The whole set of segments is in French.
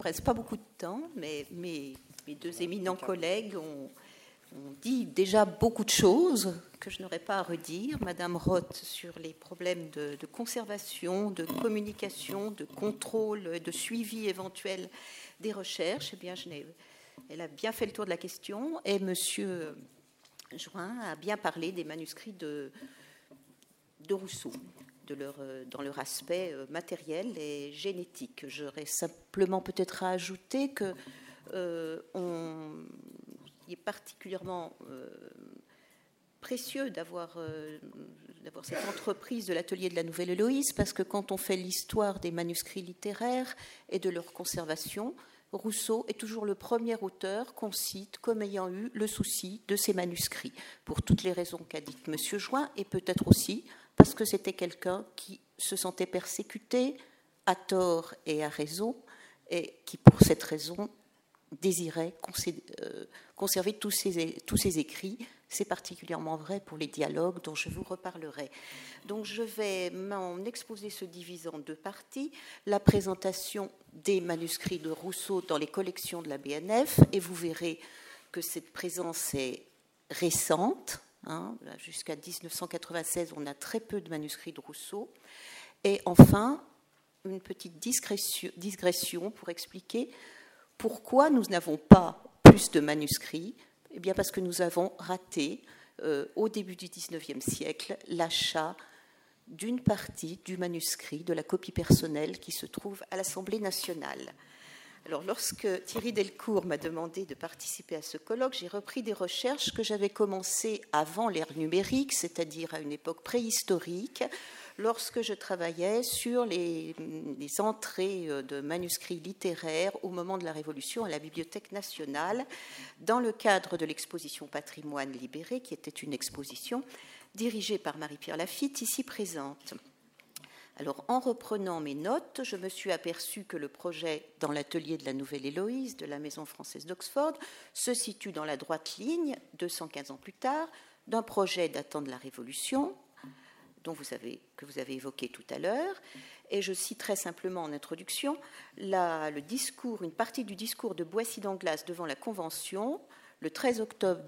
presse pas beaucoup de temps, mais mes deux éminents collègues ont dit déjà beaucoup de choses que je n'aurais pas à redire. Madame Roth sur les problèmes de conservation, de communication, de contrôle, de suivi éventuel des recherches. Eh bien, elle a bien fait le tour de la question. Et Monsieur Join a bien parlé des manuscrits de Rousseau, dans leur aspect matériel et génétique. J'aurais simplement peut-être à ajouter que il est particulièrement précieux d'avoir cette entreprise de l'atelier de la Nouvelle Héloïse, parce que quand on fait l'histoire des manuscrits littéraires et de leur conservation, Rousseau est toujours le premier auteur qu'on cite comme ayant eu le souci de ces manuscrits, pour toutes les raisons qu'a dites M. Join, et peut-être aussi parce que c'était quelqu'un qui se sentait persécuté à tort et à raison, et qui, pour cette raison, désirait conserver tous ces écrits. C'est particulièrement vrai pour les dialogues dont je vous reparlerai. Donc je vais m'en exposer se diviser en deux parties. La présentation des manuscrits de Rousseau dans les collections de la BNF, et vous verrez que cette présence est récente. Jusqu'à 1996, on a très peu de manuscrits de Rousseau. Et enfin, une petite digression pour expliquer pourquoi nous n'avons pas plus de manuscrits. Eh bien parce que nous avons raté, au début du XIXe siècle, l'achat d'une partie du manuscrit, de la copie personnelle qui se trouve à l'Assemblée nationale. Alors, lorsque Thierry Delcourt m'a demandé de participer à ce colloque, j'ai repris des recherches que j'avais commencées avant l'ère numérique, c'est-à-dire à une époque préhistorique, lorsque je travaillais sur les entrées de manuscrits littéraires au moment de la Révolution à la Bibliothèque nationale, dans le cadre de l'exposition Patrimoine libéré, qui était une exposition dirigée par Marie-Pierre Lafitte, ici présente. Alors, en reprenant mes notes, je me suis aperçue que le projet dans l'atelier de la Nouvelle Héloïse de la Maison française d'Oxford se situe dans la droite ligne, 215 ans plus tard, d'un projet datant de la Révolution, que vous avez évoqué tout à l'heure, et je citerai simplement en introduction une partie du discours de Boissy d'Anglas devant la Convention, le 13 octobre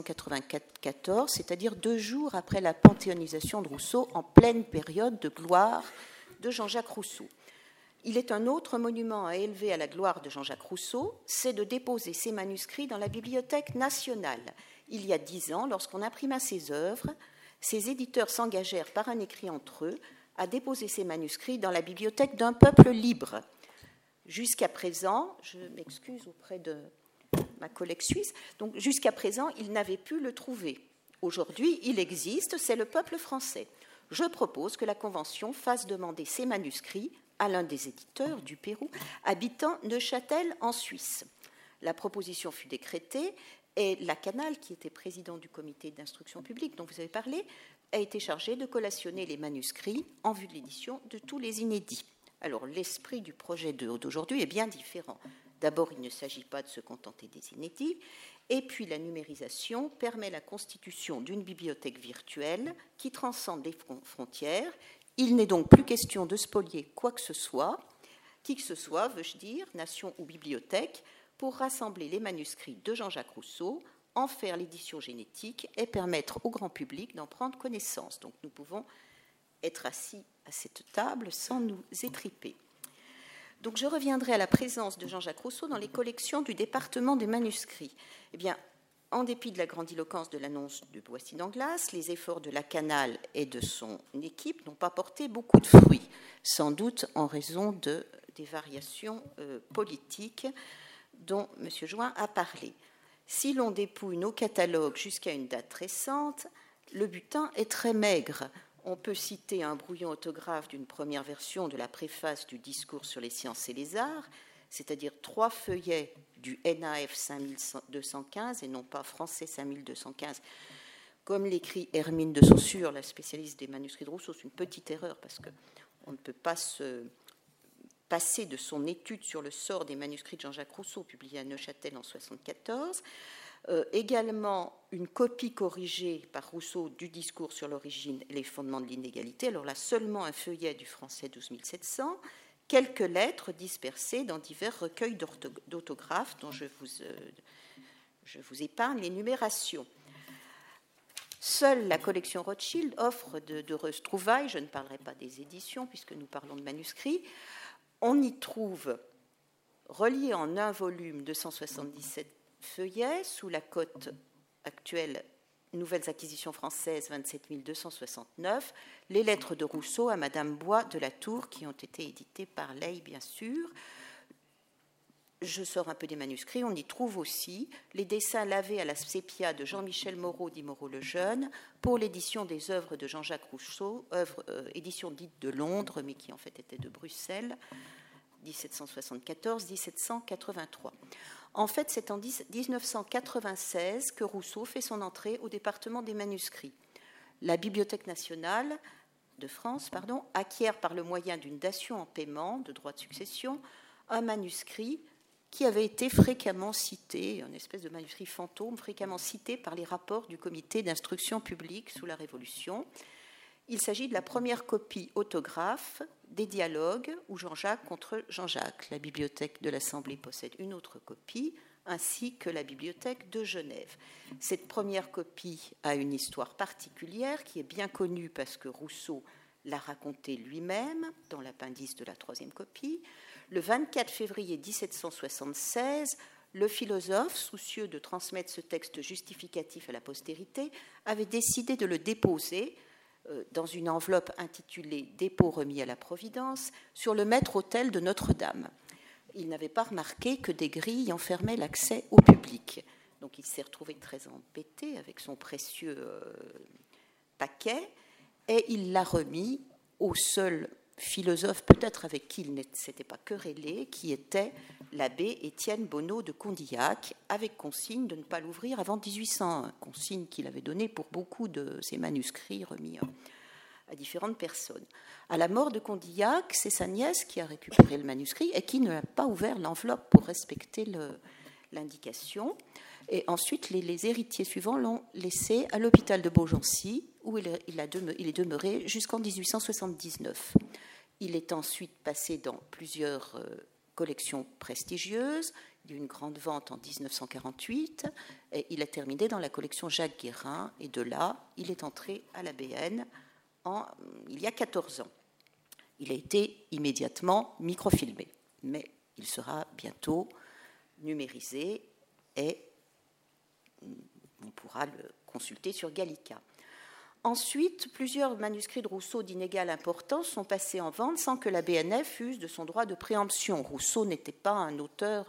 1794, c'est-à-dire 2 jours après la panthéonisation de Rousseau, en pleine période de gloire de Jean-Jacques Rousseau. Il est un autre monument à élever à la gloire de Jean-Jacques Rousseau, c'est de déposer ses manuscrits dans la Bibliothèque nationale. Il y a 10 ans, lorsqu'on imprima ses œuvres, ces éditeurs s'engagèrent par un écrit entre eux à déposer ces manuscrits dans la bibliothèque d'un peuple libre. Jusqu'à présent, je m'excuse auprès de ma collègue suisse, donc jusqu'à présent, ils n'avaient pu le trouver. Aujourd'hui, il existe, c'est le peuple français. Je propose que la Convention fasse demander ces manuscrits à l'un des éditeurs du Pérou, habitant Neuchâtel en Suisse. La proposition fut décrétée. Et Lacanal, qui était président du comité d'instruction publique dont vous avez parlé, a été chargé de collationner les manuscrits en vue de l'édition de tous les inédits. Alors, l'esprit du projet d'aujourd'hui est bien différent. D'abord, il ne s'agit pas de se contenter des inédits, et puis la numérisation permet la constitution d'une bibliothèque virtuelle qui transcende les frontières. Il n'est donc plus question de spolier quoi que ce soit, qui que ce soit, veux-je dire, nation ou bibliothèque, pour rassembler les manuscrits de Jean-Jacques Rousseau, en faire l'édition génétique et permettre au grand public d'en prendre connaissance. Donc nous pouvons être assis à cette table sans nous étriper. Donc je reviendrai à la présence de Jean-Jacques Rousseau dans les collections du département des manuscrits. Eh bien, en dépit de la grandiloquence de l'annonce de Boissy d'Anglas, les efforts de Lacanal et de son équipe n'ont pas porté beaucoup de fruits, sans doute en raison des variations politiques dont M. Join a parlé. Si l'on dépouille nos catalogues jusqu'à une date récente, le butin est très maigre. On peut citer un brouillon autographe d'une première version de la préface du discours sur les sciences et les arts, c'est-à-dire 3 feuillets du NAF 5215 et non pas français 5215, comme l'écrit Hermine de Saussure, la spécialiste des manuscrits de Rousseau. C'est une petite erreur parce qu'on ne peut pas se passer de son étude sur le sort des manuscrits de Jean-Jacques Rousseau, publié à Neuchâtel en 1974. Également une copie corrigée par Rousseau du discours sur l'origine et les fondements de l'inégalité. Alors là, seulement un feuillet du français 12700 quelques lettres dispersées dans divers recueils d'autographes dont je vous épargne l'énumération. Seule la collection Rothschild offre d'heureuses trouvailles. Je ne parlerai pas des éditions puisque nous parlons de manuscrits. On y trouve, relié en un volume, 277 feuillets, sous la cote actuelle Nouvelles acquisitions françaises 27 269, les lettres de Rousseau à Madame Bois de la Tour, qui ont été éditées par Ley, bien sûr. Je sors un peu des manuscrits, on y trouve aussi les dessins lavés à la sépia de Jean-Michel Moreau, dit Moreau le Jeune, pour l'édition des œuvres de Jean-Jacques Rousseau, édition dite de Londres, mais qui en fait était de Bruxelles, 1774-1783. En fait, c'est en 1996 que Rousseau fait son entrée au département des manuscrits. La Bibliothèque nationale de France acquiert par le moyen d'une dation en paiement de droits de succession un manuscrit qui avait été fréquemment cité, une espèce de manuscrit fantôme, fréquemment cité par les rapports du comité d'instruction publique sous la Révolution. Il s'agit de la première copie autographe des dialogues où Jean-Jacques contre Jean-Jacques. La bibliothèque de l'Assemblée possède une autre copie, ainsi que la bibliothèque de Genève. Cette première copie a une histoire particulière qui est bien connue parce que Rousseau l'a racontée lui-même dans l'appendice de la troisième copie. Le 24 février 1776, le philosophe, soucieux de transmettre ce texte justificatif à la postérité, avait décidé de le déposer dans une enveloppe intitulée « Dépôt remis à la Providence » sur le maître-autel de Notre-Dame. Il n'avait pas remarqué que des grilles enfermaient l'accès au public. Donc il s'est retrouvé très embêté avec son précieux paquet et il l'a remis au seul philosophe, peut-être avec qui il ne s'était pas querellé, qui était l'abbé Étienne Bonneau de Condillac, avec consigne de ne pas l'ouvrir avant 1801, consigne qu'il avait donnée pour beaucoup de ses manuscrits remis à différentes personnes. À la mort de Condillac, c'est sa nièce qui a récupéré le manuscrit et qui ne l'a pas ouvert l'enveloppe pour respecter l'indication. Et ensuite, les héritiers suivants l'ont laissé à l'hôpital de Beaugency, où il est demeuré jusqu'en 1879. Il est ensuite passé dans plusieurs collections prestigieuses. Il y a eu une grande vente en 1948 et il a terminé dans la collection Jacques Guérin. Et de là, il est entré à la BN il y a 14 ans. Il a été immédiatement microfilmé, mais il sera bientôt numérisé et on pourra le consulter sur Gallica. Ensuite, plusieurs manuscrits de Rousseau d'inégale importance sont passés en vente sans que la BNF use de son droit de préemption. Rousseau n'était pas un auteur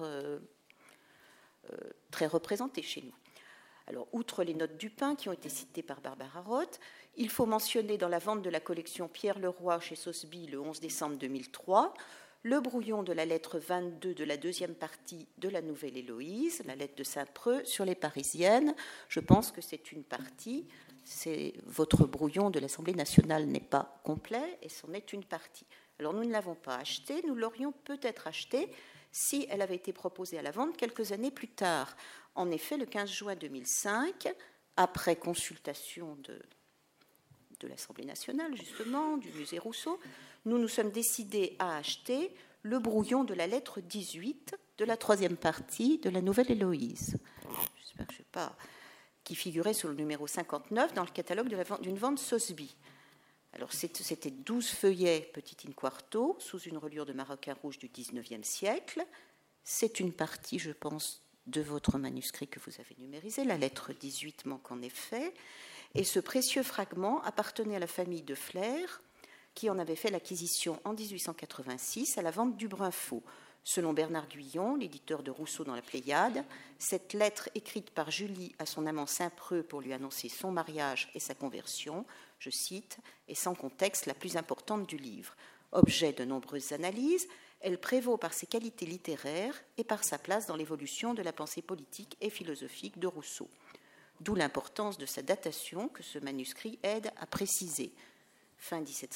très représenté chez nous. Alors, outre les notes Dupin qui ont été citées par Barbara Roth, il faut mentionner dans la vente de la collection Pierre Leroy chez Sotheby le 11 décembre 2003 le brouillon de la lettre 22 de la deuxième partie de la Nouvelle Héloïse, la lettre de Saint-Preux sur les Parisiennes. Je pense que c'est une partie. Votre brouillon de l'Assemblée nationale n'est pas complet et c'en est une partie. Alors nous ne l'avons pas acheté, nous l'aurions peut-être acheté si elle avait été proposée à la vente quelques années plus tard. En effet, le 15 juin 2005, après consultation de l'Assemblée nationale, justement, du musée Rousseau, nous nous sommes décidés à acheter le brouillon de la lettre 18 de la troisième partie de la Nouvelle Héloïse. J'espère que je ne sais pas... qui figurait sur le numéro 59 dans le catalogue d'une vente Sotheby. Alors, c'était 12 feuillets petit in quarto, sous une reliure de maroquin rouge du XIXe siècle. C'est une partie, je pense, de votre manuscrit que vous avez numérisé. La lettre 18 manque en effet. Et ce précieux fragment appartenait à la famille de Flair, qui en avait fait l'acquisition en 1886 à la vente du Brunfaux. Selon Bernard Guyon, l'éditeur de Rousseau dans la Pléiade, cette lettre écrite par Julie à son amant Saint-Preux pour lui annoncer son mariage et sa conversion, je cite, est sans contexte la plus importante du livre. Objet de nombreuses analyses, elle prévaut par ses qualités littéraires et par sa place dans l'évolution de la pensée politique et philosophique de Rousseau. D'où l'importance de sa datation que ce manuscrit aide à préciser. Fin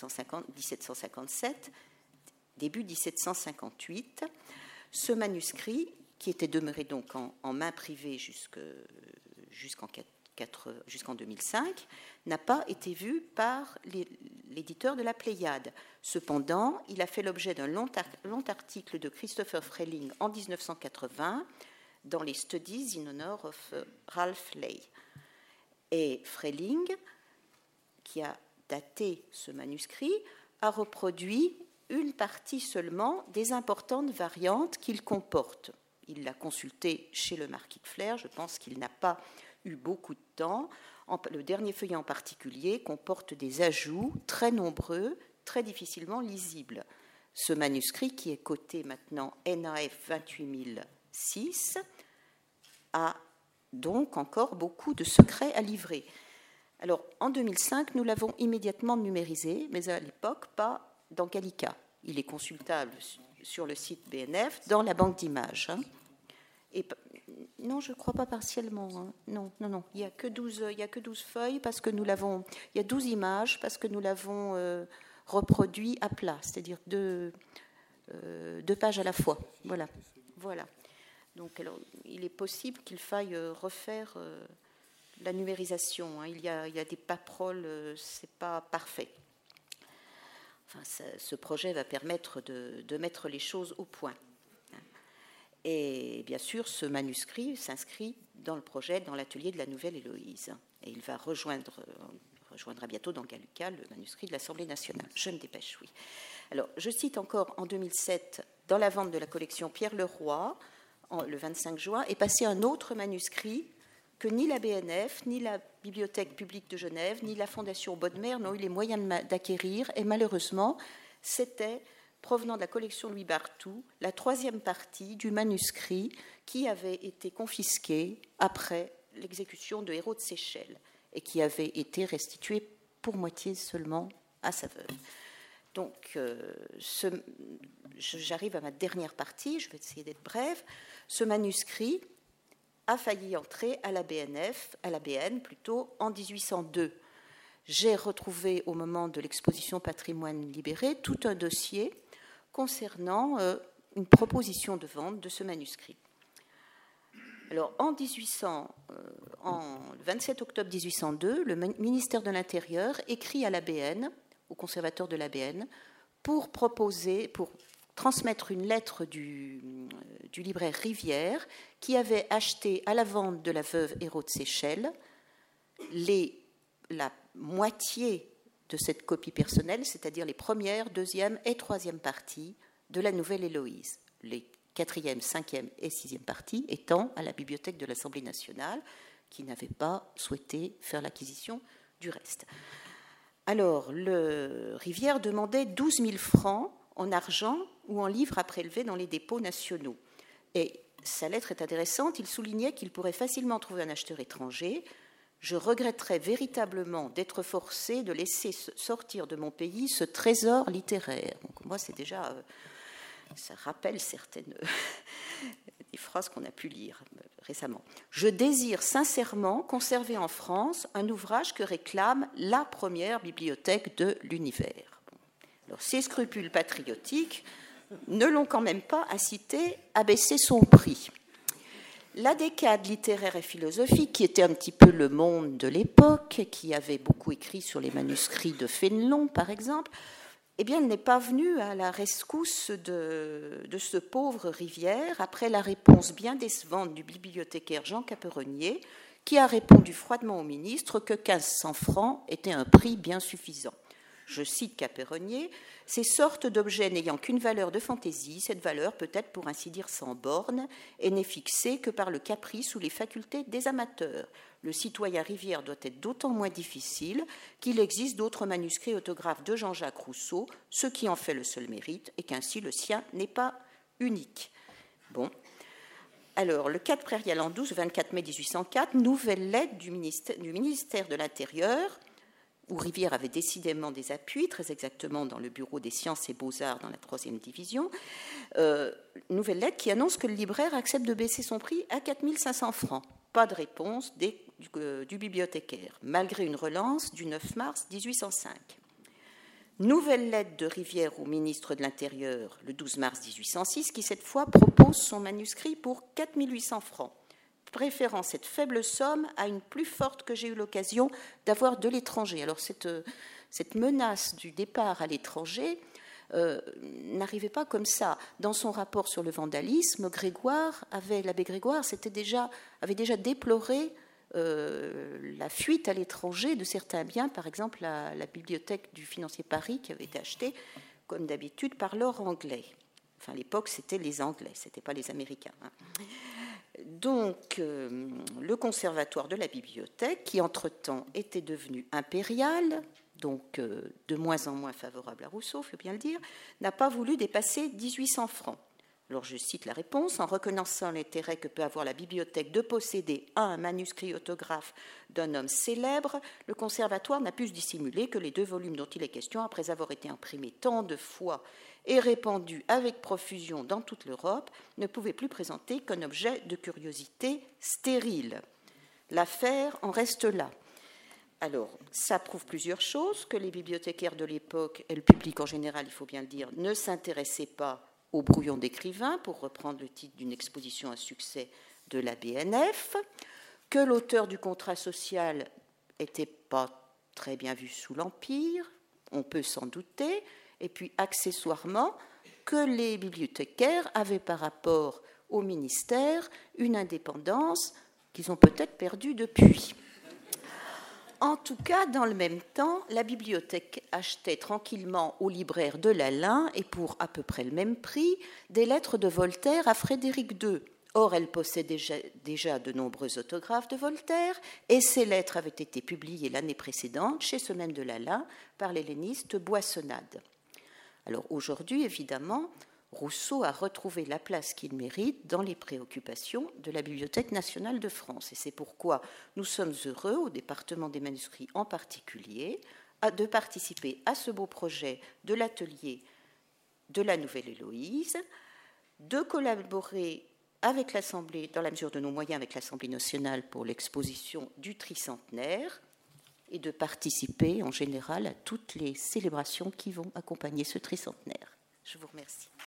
1757, début 1758, ce manuscrit, qui était demeuré donc en main privée jusqu'en jusqu'en 2005, n'a pas été vu par l'éditeur de la Pléiade. Cependant, il a fait l'objet d'un long article de Christopher Frelling en 1980 dans les Studies in Honor of Ralph Lay. Et Frelling, qui a daté ce manuscrit, a reproduit une partie seulement des importantes variantes qu'il comporte. Il l'a consulté chez le marquis de Flers, je pense qu'il n'a pas eu beaucoup de temps. Le dernier feuillet en particulier comporte des ajouts très nombreux, très difficilement lisibles. Ce manuscrit, qui est coté maintenant NAF 28006, a donc encore beaucoup de secrets à livrer. Alors, en 2005, nous l'avons immédiatement numérisé, mais à l'époque, pas dans Gallica. Il est consultable sur le site BNF, dans la banque d'images. Et, non, je ne crois pas partiellement. Non. Il n'y a que 12 feuilles, parce que nous l'avons... Il y a 12 images, parce que nous l'avons reproduit à plat, c'est-à-dire deux pages à la fois. Voilà. Donc, alors, il est possible qu'il faille refaire la numérisation. Il y a des paperoles, ce n'est pas parfait. Enfin, ce projet va permettre de mettre les choses au point. Et bien sûr, ce manuscrit s'inscrit dans le projet, dans l'atelier de la Nouvelle Héloïse. Et il va rejoindra bientôt dans Gallica le manuscrit de l'Assemblée nationale. Je me dépêche, oui. Alors, je cite encore en 2007, dans la vente de la collection Pierre Leroy, le 25 juin, est passé un autre manuscrit que ni la BNF, ni la Bibliothèque publique de Genève, ni la Fondation Bodmer n'ont eu les moyens d'acquérir. Et malheureusement, c'était, provenant de la collection Louis Barthou, la troisième partie du manuscrit qui avait été confisqué après l'exécution de Hérault de Séchelles et qui avait été restitué pour moitié seulement à sa veuve. Donc, j'arrive à ma dernière partie, je vais essayer d'être brève. Ce manuscrit a failli entrer à la BN plutôt, en 1802. J'ai retrouvé, au moment de l'exposition Patrimoine libéré, tout un dossier concernant une proposition de vente de ce manuscrit. Alors, le 27 octobre 1802, le ministère de l'Intérieur écrit à l'ABN, au conservateur de l'ABN, pour transmettre une lettre du libraire Rivière, qui avait acheté à la vente de la veuve Hérault de Séchelles la moitié de cette copie personnelle, c'est-à-dire les première, deuxième et troisième parties de la Nouvelle Héloïse. Les quatrième, cinquième et sixième parties étant à la bibliothèque de l'Assemblée nationale, qui n'avait pas souhaité faire l'acquisition du reste. Alors, le Rivière demandait 12 000 francs en argent ou en livres à prélever dans les dépôts nationaux. Et sa lettre est intéressante, il soulignait qu'il pourrait facilement trouver un acheteur étranger. Je regretterais véritablement d'être forcé de laisser sortir de mon pays ce trésor littéraire. Donc, moi, c'est déjà... ça rappelle certaines des phrases qu'on a pu lire récemment. Je désire sincèrement conserver en France un ouvrage que réclame la première bibliothèque de l'univers. Alors, ces scrupules patriotiques ne l'ont quand même pas incité à baisser son prix. La Décade littéraire et philosophique, qui était un petit peu le Monde de l'époque, qui avait beaucoup écrit sur les manuscrits de Fénelon, par exemple, eh bien, elle n'est pas venue à la rescousse de ce pauvre Rivière après la réponse bien décevante du bibliothécaire Jean Caperonnier, qui a répondu froidement au ministre que 1500 francs était un prix bien suffisant. Je cite Caperonnier, « Ces sortes d'objets n'ayant qu'une valeur de fantaisie, cette valeur peut être pour ainsi dire sans borne et n'est fixée que par le caprice ou les facultés des amateurs. Le citoyen Rivière doit être d'autant moins difficile qu'il existe d'autres manuscrits autographes de Jean-Jacques Rousseau, ce qui en fait le seul mérite, et qu'ainsi le sien n'est pas unique. » Bon. Alors, le 4 prairial en 12, 24 mai 1804, nouvelle lettre du ministère de l'Intérieur, où Rivière avait décidément des appuis, très exactement dans le bureau des sciences et beaux-arts dans la 3e division, nouvelle lettre qui annonce que le libraire accepte de baisser son prix à 4 500 francs. Pas de réponse du bibliothécaire, malgré une relance du 9 mars 1805. Nouvelle lettre de Rivière au ministre de l'Intérieur le 12 mars 1806, qui cette fois propose son manuscrit pour 4 800 francs. préférant cette faible somme à une plus forte que j'ai eu l'occasion d'avoir de l'étranger. Alors cette menace du départ à l'étranger n'arrivait pas comme ça. Dans son rapport sur le vandalisme, l'abbé Grégoire avait déjà déploré la fuite à l'étranger de certains biens, par exemple la bibliothèque du financier Paris qui avait été achetée, comme d'habitude, par l'or anglais. Enfin, à l'époque, c'était les Anglais, ce n'était pas les Américains. Donc, le conservatoire de la bibliothèque, qui entre-temps était devenu impérial, donc de moins en moins favorable à Rousseau, il faut bien le dire, n'a pas voulu dépasser 1800 francs. Alors, je cite la réponse. En reconnaissant l'intérêt que peut avoir la bibliothèque de posséder un manuscrit autographe d'un homme célèbre, le conservatoire n'a pu se dissimuler que les 2 volumes dont il est question, après avoir été imprimés tant de fois et répandus avec profusion dans toute l'Europe, ne pouvaient plus présenter qu'un objet de curiosité stérile. L'affaire en reste là. Alors, ça prouve plusieurs choses, que les bibliothécaires de l'époque, et le public en général, il faut bien le dire, ne s'intéressaient pas au brouillon d'écrivain, pour reprendre le titre d'une exposition à succès de la BNF, que l'auteur du contrat social n'était pas très bien vu sous l'Empire, on peut s'en douter, et puis accessoirement que les bibliothécaires avaient par rapport au ministère une indépendance qu'ils ont peut-être perdue depuis. En tout cas, dans le même temps, la bibliothèque achetait tranquillement au libraire de l'Alain, et pour à peu près le même prix, des lettres de Voltaire à Frédéric II. Or, elle possédait déjà de nombreux autographes de Voltaire, et ces lettres avaient été publiées l'année précédente chez ce même de l'Alain par l'helléniste Boissonnade. Alors aujourd'hui, évidemment, Rousseau a retrouvé la place qu'il mérite dans les préoccupations de la Bibliothèque nationale de France. Et c'est pourquoi nous sommes heureux, au département des manuscrits en particulier, de participer à ce beau projet de l'atelier de la Nouvelle Héloïse, de collaborer avec l'Assemblée, dans la mesure de nos moyens, avec l'Assemblée nationale pour l'exposition du tricentenaire, et de participer en général à toutes les célébrations qui vont accompagner ce tricentenaire. Je vous remercie.